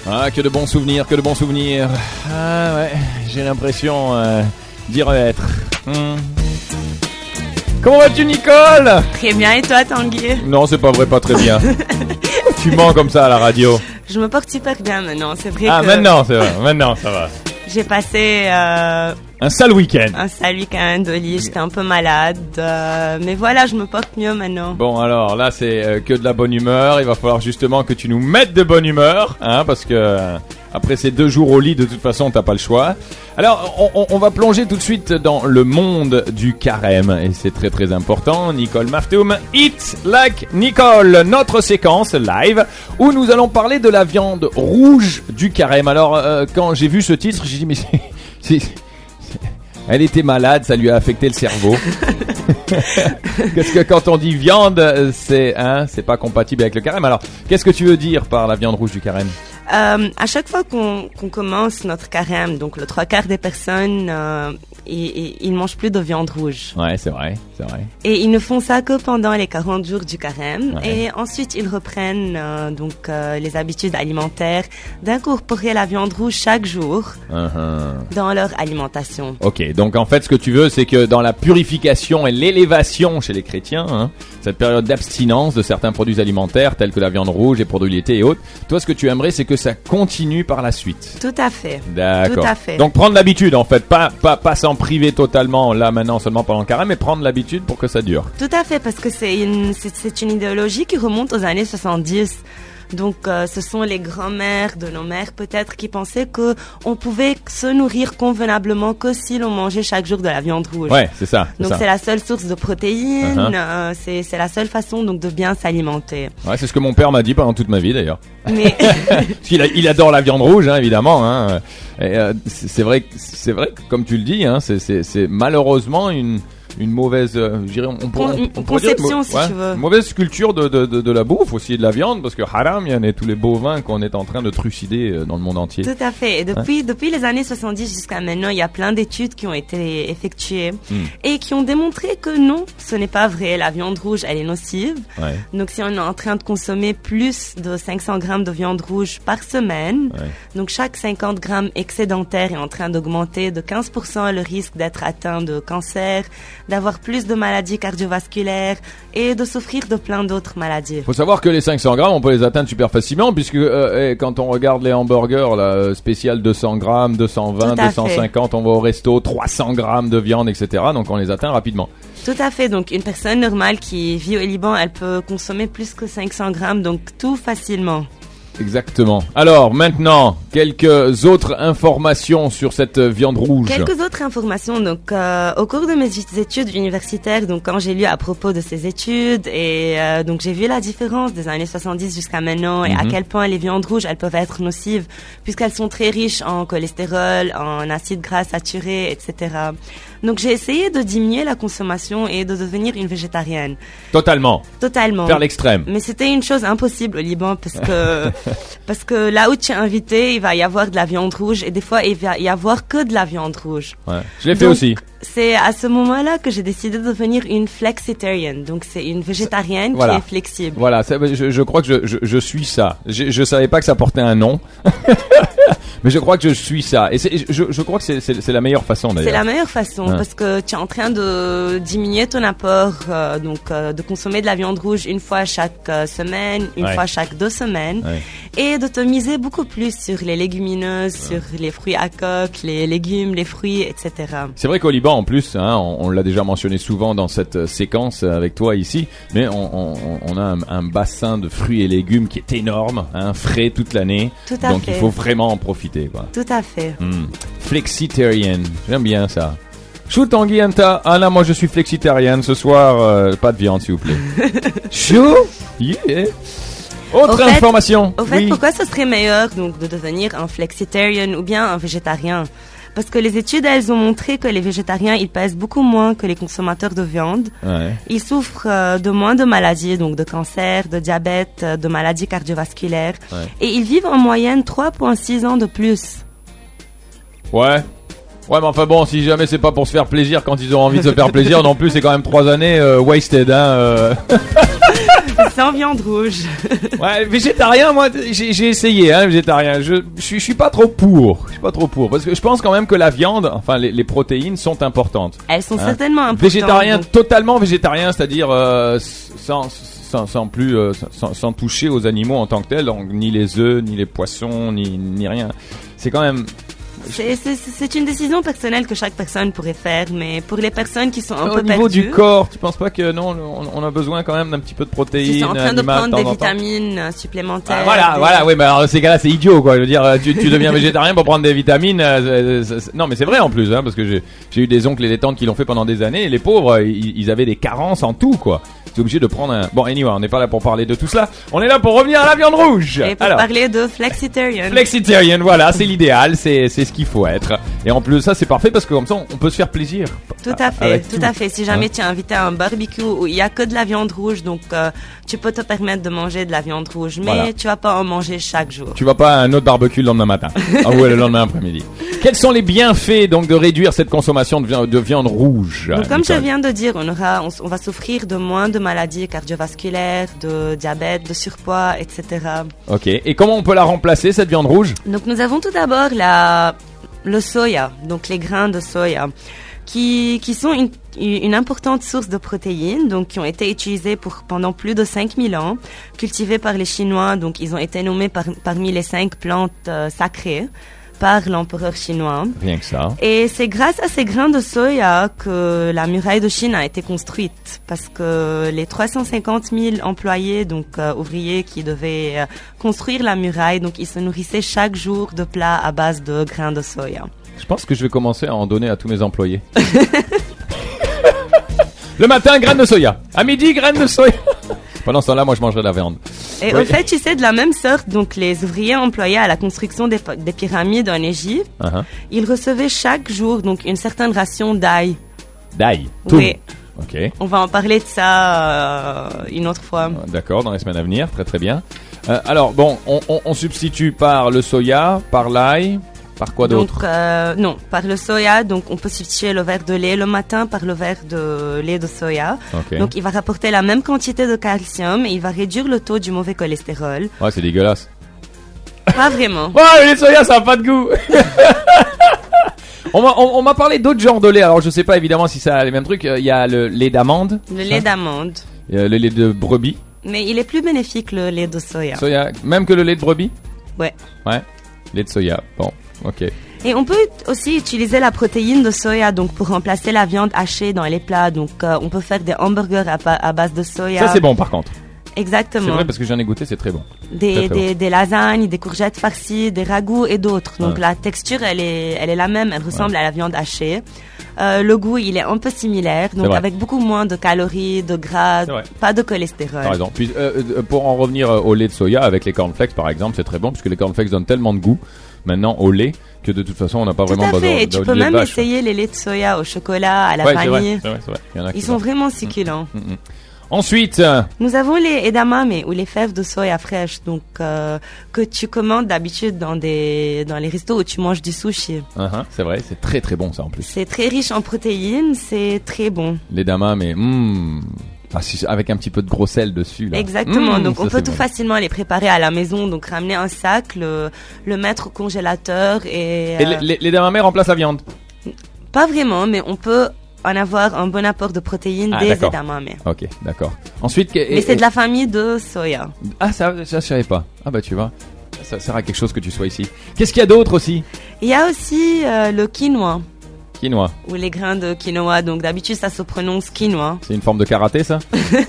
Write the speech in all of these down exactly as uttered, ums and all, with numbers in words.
Ah, que de bons souvenirs, que de bons souvenirs. Ah ouais, j'ai l'impression euh, d'y re-être. Hmm. Comment vas-tu, Nicole? Très bien, et toi, Tanguy? Non, c'est pas vrai, pas très bien. Tu mens comme ça à la radio. Je me porte super bien maintenant, c'est vrai ah, que... Ah, maintenant, c'est vrai, maintenant, ça va. J'ai passé... Euh... Un sale week-end. Un sale week-end au lit, j'étais un peu malade. Euh, mais voilà, je me porte mieux maintenant. Bon, alors là, c'est euh, que de la bonne humeur. Il va falloir justement que tu nous mettes de bonne humeur. Hein, parce que euh, après ces deux jours au lit, de toute façon, t'as pas le choix. Alors, on, on, on va plonger tout de suite dans le monde du carême. Et c'est très très important. Nicole Maftoum, Eat Like Nicole. Notre séquence live où nous allons parler de la viande rouge du carême. Alors, euh, quand j'ai vu ce titre, j'ai dit, mais c'est... c'est elle était malade, ça lui a affecté le cerveau. Parce que quand on dit viande, c'est hein, c'est pas compatible avec le carême. Alors, qu'est-ce que tu veux dire par la viande rouge du carême? Euh, à chaque fois qu'on, qu'on commence notre carême, donc le trois quarts des personnes, euh, ils, ils mangent plus de viande rouge. Ouais, c'est vrai, c'est vrai. Et ils ne font ça que pendant les quarante jours du carême. Ouais. Et ensuite, ils reprennent euh, donc euh, les habitudes alimentaires d'incorporer la viande rouge chaque jour uh-huh. dans leur alimentation. Ok, donc en fait, ce que tu veux, c'est que dans la purification et l'élévation chez les chrétiens, hein, cette période d'abstinence de certains produits alimentaires tels que la viande rouge, les produits laitiers et autres, toi, ce que tu aimerais, c'est que ça continue par la suite. Tout à fait. D'accord. Tout à fait. Donc prendre l'habitude en fait, pas pas pas s'en priver totalement là maintenant seulement pendant le carême, mais prendre l'habitude pour que ça dure. Tout à fait, parce que c'est une c'est, c'est une idéologie qui remonte aux années soixante-dix. Donc, euh, ce sont les grands-mères de nos mères peut-être qui pensaient que on pouvait se nourrir convenablement que si l'on mangeait chaque jour de la viande rouge. Ouais, c'est ça. C'est donc ça. c'est la seule source de protéines. Uh-huh. Euh, c'est c'est la seule façon donc de bien s'alimenter. Ouais, c'est ce que mon père m'a dit pendant toute ma vie d'ailleurs. Mais parce qu'il a, il adore la viande rouge, hein, évidemment. Hein. Et, euh, c'est, c'est vrai, c'est vrai que comme tu le dis, hein, c'est, c'est, c'est malheureusement une. Une mauvaise, euh, je dirais, on, on, Con, on, on conception, dire, si ouais, tu veux. Une mauvaise culture de, de, de, de la bouffe aussi, de la viande, parce que haram, il y en a tous les bovins qu'on est en train de trucider dans le monde entier. Tout à fait. Et depuis, hein? depuis les années soixante-dix jusqu'à maintenant, il y a plein d'études qui ont été effectuées mm. et qui ont démontré que non, ce n'est pas vrai. La viande rouge, elle est nocive. Ouais. Donc, si on est en train de consommer plus de cinq cents grammes de viande rouge par semaine, ouais. donc chaque cinquante grammes excédentaire est en train d'augmenter de quinze pour cent le risque d'être atteint de cancer, d'avoir plus de maladies cardiovasculaires et de souffrir de plein d'autres maladies. Il faut savoir que les cinq cents grammes, on peut les atteindre super facilement, puisque euh, quand on regarde les hamburgers, là, spécial deux cents grammes, deux cent vingt, deux cent cinquante, on va au resto, trois cents grammes de viande, et cetera. Donc on les atteint rapidement. Tout à fait. Donc une personne normale qui vit au Liban, elle peut consommer plus que cinq cents grammes, donc tout facilement. Exactement. Alors maintenant, quelques autres informations sur cette viande rouge. Quelques autres informations. Donc, euh, au cours de mes études universitaires, donc quand j'ai lu à propos de ces études, et euh, donc j'ai vu la différence des années soixante-dix jusqu'à maintenant, et mm-hmm. à quel point les viandes rouges, elles peuvent être nocives, puisqu'elles sont très riches en cholestérol, en acides gras saturés, et cetera. Donc j'ai essayé de diminuer la consommation et de devenir une végétarienne. Totalement. Totalement. Vers l'extrême. Mais c'était une chose impossible au Liban parce que parce que là où tu es invité, il va y avoir de la viande rouge et des fois il va y avoir que de la viande rouge. Ouais. Je l'ai fait donc, aussi. C'est à ce moment-là que j'ai décidé de devenir une flexitarian. Donc c'est une végétarienne voilà. qui est flexible. Voilà, ça, je, je crois que je, je, je suis ça. Je, je savais pas que ça portait un nom. Mais je crois que je suis ça. Et c'est, je, je crois que c'est, c'est, c'est la meilleure façon d'ailleurs. C'est la meilleure façon hein. parce que tu es en train de diminuer ton apport, euh, donc euh, de consommer de la viande rouge une fois chaque euh, semaine, une ouais. fois chaque deux semaines, ouais. et de te miser beaucoup plus sur les légumineuses, ouais. sur les fruits à coque, les légumes, les fruits, et cetera. C'est vrai qu'au Liban en plus, hein, on, on l'a déjà mentionné souvent dans cette séquence avec toi ici, mais on, on, on a un, un bassin de fruits et légumes qui est énorme, hein, frais toute l'année. Tout à donc fait. il faut vraiment en profiter. Quoi. Tout à fait. Mmh. Flexitarian, j'aime bien ça. Chou Tanguy Anta, ah là moi je suis flexitarian ce soir, euh, pas de viande s'il vous plaît. Chou, yeah. Autre au fait, information. Au fait, oui. pourquoi ce serait meilleur donc de devenir un flexitarian ou bien un végétarien? Parce que les études, elles ont montré que les végétariens, ils pèsent beaucoup moins que les consommateurs de viande. Ouais. Ils souffrent euh, de moins de maladies, donc de cancer, de diabète, de maladies cardiovasculaires. Ouais. Et ils vivent en moyenne trois virgule six ans de plus. Ouais. Ouais, mais enfin bon, si jamais c'est pas pour se faire plaisir quand ils ont envie de se faire plaisir non plus, c'est quand même trois années euh, wasted, hein. Euh... sans viande rouge. Ouais, végétarien, moi, j'ai, j'ai essayé, hein, végétarien. Je, je suis, je suis pas trop pour. Je suis pas trop pour, parce que je pense quand même que la viande, enfin, les, les protéines sont importantes. Elles sont hein. certainement importantes. Végétarien, donc... totalement végétarien, c'est-à-dire euh, sans, sans, sans plus, euh, sans, sans toucher aux animaux en tant que tels, donc ni les œufs, ni les poissons, ni, ni rien. C'est quand même. C'est, c'est, c'est une décision personnelle que chaque personne pourrait faire, mais pour les personnes qui sont un Au peu niveau perdues, du corps, tu penses pas que non, on, on a besoin quand même d'un petit peu de protéines, qui sont en train de animales, prendre de des temps en temps. vitamines euh, supplémentaires. Ah, voilà, des... voilà, oui, mais alors ces gars-là, c'est idiot, quoi. Je veux dire, tu, tu deviens végétarien pour prendre des vitamines. Euh, c'est, c'est, non, mais c'est vrai en plus, hein, parce que j'ai, j'ai eu des oncles et des tantes qui l'ont fait pendant des années. Et les pauvres, ils, ils avaient des carences en tout, quoi. T'es obligé de prendre un. Bon, anyway, on n'est pas là pour parler de tout cela. On est là pour revenir à la viande rouge. Et pour alors, parler de flexitarian. Flexitarian, voilà, c'est l'idéal, c'est c'est ce qu'il faut être. Et en plus ça, c'est parfait parce que comme ça, on peut se faire plaisir. Tout à fait, Avec tout, tout à fait. Si jamais hein? tu es invité à un barbecue où il y a que de la viande rouge, donc euh, tu peux te permettre de manger de la viande rouge, mais Voilà. tu vas pas en manger chaque jour. Tu vas pas à un autre barbecue le lendemain matin. Ah ouais, le lendemain après-midi. Quels sont les bienfaits donc de réduire cette consommation de viande, de viande rouge? Donc, comme Nicole je viens de dire, on aura, on, on va souffrir de moins de maladies cardiovasculaires, de diabète, de surpoids, et cetera. Ok. Et comment on peut la remplacer cette viande rouge? Donc nous avons tout d'abord la, le soya, donc les grains de soya, qui, qui sont une, une importante source de protéines, donc qui ont été utilisés pour, pendant plus de cinq mille ans, cultivés par les Chinois, donc ils ont été nommés par, parmi les cinq plantes euh, sacrées par l'empereur chinois. Rien que ça. Et c'est grâce à ces grains de soya que la muraille de Chine a été construite, parce que les trois cent cinquante mille employés, donc euh, ouvriers qui devaient euh, construire la muraille, donc ils se nourrissaient chaque jour de plats à base de grains de soya. Je pense que je vais commencer à en donner à tous mes employés. Le matin, graines de soya. À midi, graines de soya. Pendant ce temps-là, moi, je mangerai de la viande. Et Oui. au fait, tu sais, de la même sorte, donc les ouvriers employés à la construction des, des pyramides en Égypte, Uh-huh. ils recevaient chaque jour donc une certaine ration d'ail. D'ail. Oui. Ok. On va en parler de ça euh, une autre fois. D'accord, dans les semaines à venir, très très bien. Euh, alors bon, on, on, on substitue par le soya, par l'ail, par quoi Donc, d'autre? euh, non, par le soya, donc on peut substituer le verre de lait le matin par le verre de lait de soya. Ok. Donc il va rapporter la même quantité de calcium et il va réduire le taux du mauvais cholestérol. Ouais, c'est dégueulasse. Pas vraiment. Ouais, le lait de soya, ça a pas de goût. on m'a on, on m'a parlé d'autres genres de lait. Alors je sais pas évidemment si ça a les mêmes trucs. Il y a le lait d'amande, Le lait d'amande. il y a le lait de brebis, Mais il est plus bénéfique le lait de soya. soya, même que le lait de brebis. Ouais. Ouais. Lait de soya. Bon, ok. Et on peut aussi utiliser la protéine de soya donc pour remplacer la viande hachée dans les plats. Donc euh, on peut faire des hamburgers à, pa- à base de soya. Ça c'est bon par contre. Exactement. C'est vrai parce que j'en ai goûté, c'est très bon. Des, Très, très des, des lasagnes, des courgettes farcies, des ragoûts et d'autres. Donc Ouais. la texture, elle est, elle est la même, elle ressemble à la viande hachée. Euh, le goût, il est un peu similaire, donc vrai. avec beaucoup moins de calories, de gras, C'est vrai. pas de cholestérol. T'as raison. Puis euh, euh, pour en revenir euh, au lait de soya avec les cornflakes par exemple, c'est très bon puisque les cornflakes donnent tellement de goût maintenant au lait que de toute façon on n'a pas Tout vraiment à besoin fait, et de, tu peux de lait de même vache. essayer les laits de soya au chocolat, à la Ouais, c'est vrai, vanille. c'est vrai, c'est vrai. Il y en a qui Ils sont sont- vraiment succulents. Mm, mm. Ensuite, euh, Nous avons les edamame ou les fèves de soya fraîches, donc euh, que tu commandes d'habitude dans des dans les restos où tu manges du sushi. uh-huh, c'est vrai, c'est très très bon ça en plus. C'est très riche en protéines, c'est très bon. Les damas, mais mm, ah, si- avec un petit peu de gros sel dessus. Là. Exactement, Mm, donc ça, on peut c'est tout bon. facilement les préparer à la maison, donc ramener un sac, le, le mettre au congélateur et... Et euh, les, les, les damas remplacent la viande. Pas vraiment, mais on peut en avoir un bon apport de protéines Ah, des d'accord. edamame. Ok, d'accord. Ensuite, que- Mais et- c'est de et- la famille de soya. ah ça, ça je savais pas. Ah bah tu vois, ça sert à quelque chose que tu sois ici. Qu'est-ce qu'il y a d'autre aussi? Il y a aussi euh, le quinoa, Quinoa. ou les grains de quinoa, donc d'habitude ça se prononce quinoa. C'est une forme de karaté ça?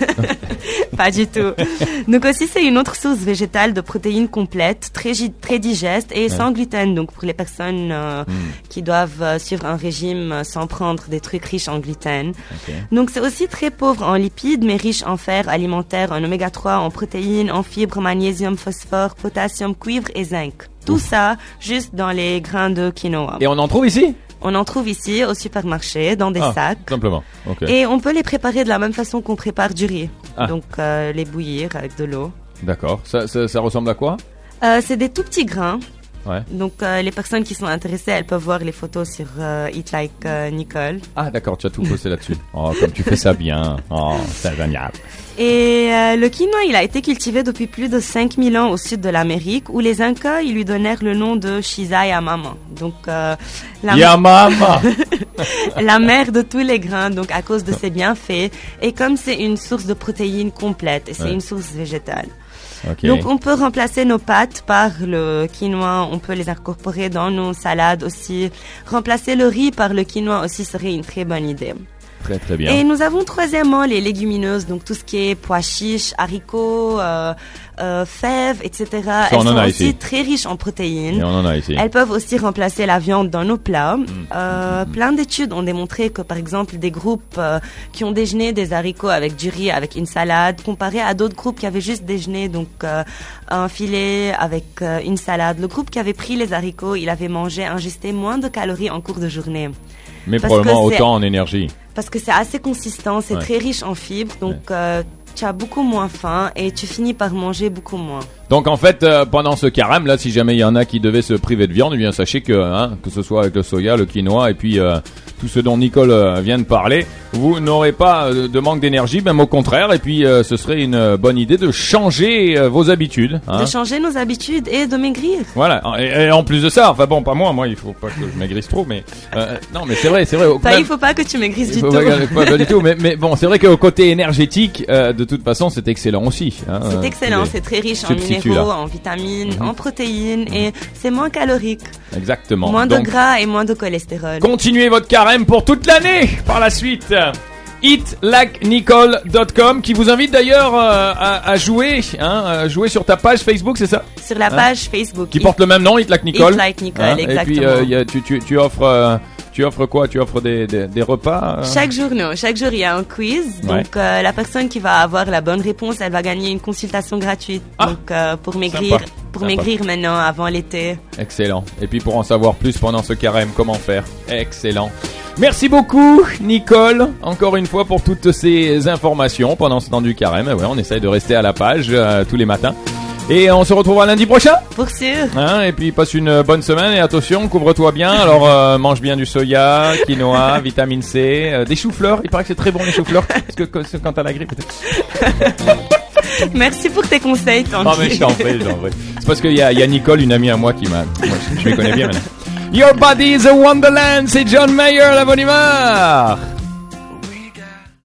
Pas du tout. Donc aussi c'est une autre source végétale de protéines complètes, très, gi- très digeste et sans gluten. Donc pour les personnes euh, qui doivent euh, suivre un régime euh, sans prendre des trucs riches en gluten. Ok. Donc c'est aussi très pauvre en lipides mais riche en fer alimentaire, en oméga trois, en protéines, en fibres, magnésium, phosphore, potassium, cuivre et zinc. Tout ça juste dans les grains de quinoa. Et on en trouve ici? On en trouve ici au supermarché dans des Ah, sacs. simplement. Ok. Et on peut les préparer de la même façon qu'on prépare du riz. Ah. Donc euh, les bouillir avec de l'eau. D'accord. Ça, ça, ça ressemble à quoi? Euh, c'est des tout petits grains Ouais. Donc euh, les personnes qui sont intéressées, elles peuvent voir les photos sur euh, Eat Like euh, Nicole. Ah d'accord, tu as tout posté là-dessus. Oh, comme tu fais ça bien. Oh, c'est génial. Et euh, le quinoa, il a été cultivé depuis plus de cinq mille ans au sud de l'Amérique, où les Incas, ils lui donnèrent le nom de Shiza Yamama. Donc, euh, la, Yamama. la mère de tous les grains, donc à cause de ses bienfaits. Et comme c'est une source de protéines complète, et c'est ouais. une source végétale. Okay. Donc, on peut remplacer nos pâtes par le quinoa, on peut les incorporer dans nos salades aussi. Remplacer le riz par le quinoa aussi serait une très bonne idée. Très très bien. Et nous avons troisièmement les légumineuses, donc tout ce qui est pois chiches, haricots, euh, euh, fèves, et cetera. Ça, Elles sont aussi ici. très riches en protéines. Et on en a ici. Elles peuvent aussi remplacer la viande dans nos plats. Mmh. Euh, mmh. Plein d'études ont démontré que, par exemple, des groupes euh, qui ont déjeuné des haricots avec du riz, avec une salade, comparé à d'autres groupes qui avaient juste déjeuné, donc euh, un filet avec euh, une salade. Le groupe qui avait pris les haricots, il avait mangé, ingesté moins de calories en cours de journée. Mais Parce probablement que autant en énergie. Parce que c'est assez consistant, c'est ouais. très riche en fibres, donc ouais. euh, tu as beaucoup moins faim et tu finis par manger beaucoup moins. Donc en fait, euh, pendant ce carême, là, si jamais il y en a qui devaient se priver de viande, eh bien sachez que, hein, que ce soit avec le soya, le quinoa et puis euh, tout ce dont Nicole euh, vient de parler, vous n'aurez pas euh, de manque d'énergie, même au contraire. Et puis euh, ce serait une bonne idée de changer euh, vos habitudes. Hein. De changer nos habitudes et de maigrir. Voilà. Et, et en plus de ça, enfin bon, pas moi, moi, il faut pas que je maigrisse trop, mais euh, non, mais c'est vrai, c'est vrai. Au, Bah, même, il faut pas que tu maigrisses il du faut tout. Pas, pas, pas du tout. Mais, mais bon, c'est vrai qu'au côté énergétique, euh, de toute façon, c'est excellent aussi. Hein, c'est euh, excellent, les c'est très riche en substituts, minéraux, là. en vitamines, Mm-hmm. en protéines mm-hmm. et c'est moins calorique. Exactement. Moins Donc, de gras et moins de cholestérol. Continuez votre carême pour toute l'année par la suite. eat like nicole dot com qui vous invite d'ailleurs euh, à, à jouer, hein, à jouer sur ta page Facebook, c'est ça? Sur la page hein? Facebook. Qui Eat, porte le même nom, Eat Like Nicole. Eat Like Nicole, hein, exactement. Et puis euh, y a, tu, tu, tu offres... Euh, Tu offres quoi? Tu offres des, des, des repas? euh... Chaque jour, non. Chaque jour, il y a un quiz. Ouais. Donc, euh, la personne qui va avoir la bonne réponse, elle va gagner une consultation gratuite. Ah, donc, euh, pour maigrir, sympa, pour sympa. maigrir maintenant, avant l'été. Excellent. Et puis pour en savoir plus pendant ce carême, comment faire? Excellent. Merci beaucoup, Nicole, encore une fois pour toutes ces informations pendant ce temps du carême. Ouais, on essaye de rester à la page euh, tous les matins. Et on se retrouvera lundi prochain. Pour sûr. Hein, et puis passe une bonne semaine et attention, couvre-toi bien. Alors euh, mange bien du soya, quinoa, vitamine C, euh, des choux-fleurs. Il paraît que c'est très bon les choux-fleurs. Parce que quand, quand t'as la grippe. Merci pour tes conseils, Tanguy. Non mais je t'en prie, je t'en prie. C'est parce qu'il y a, il y a Nicole, une amie à moi qui m'a. Moi, je, je les connais bien maintenant. Your body is a wonderland. C'est John Mayer, la bonne humeur.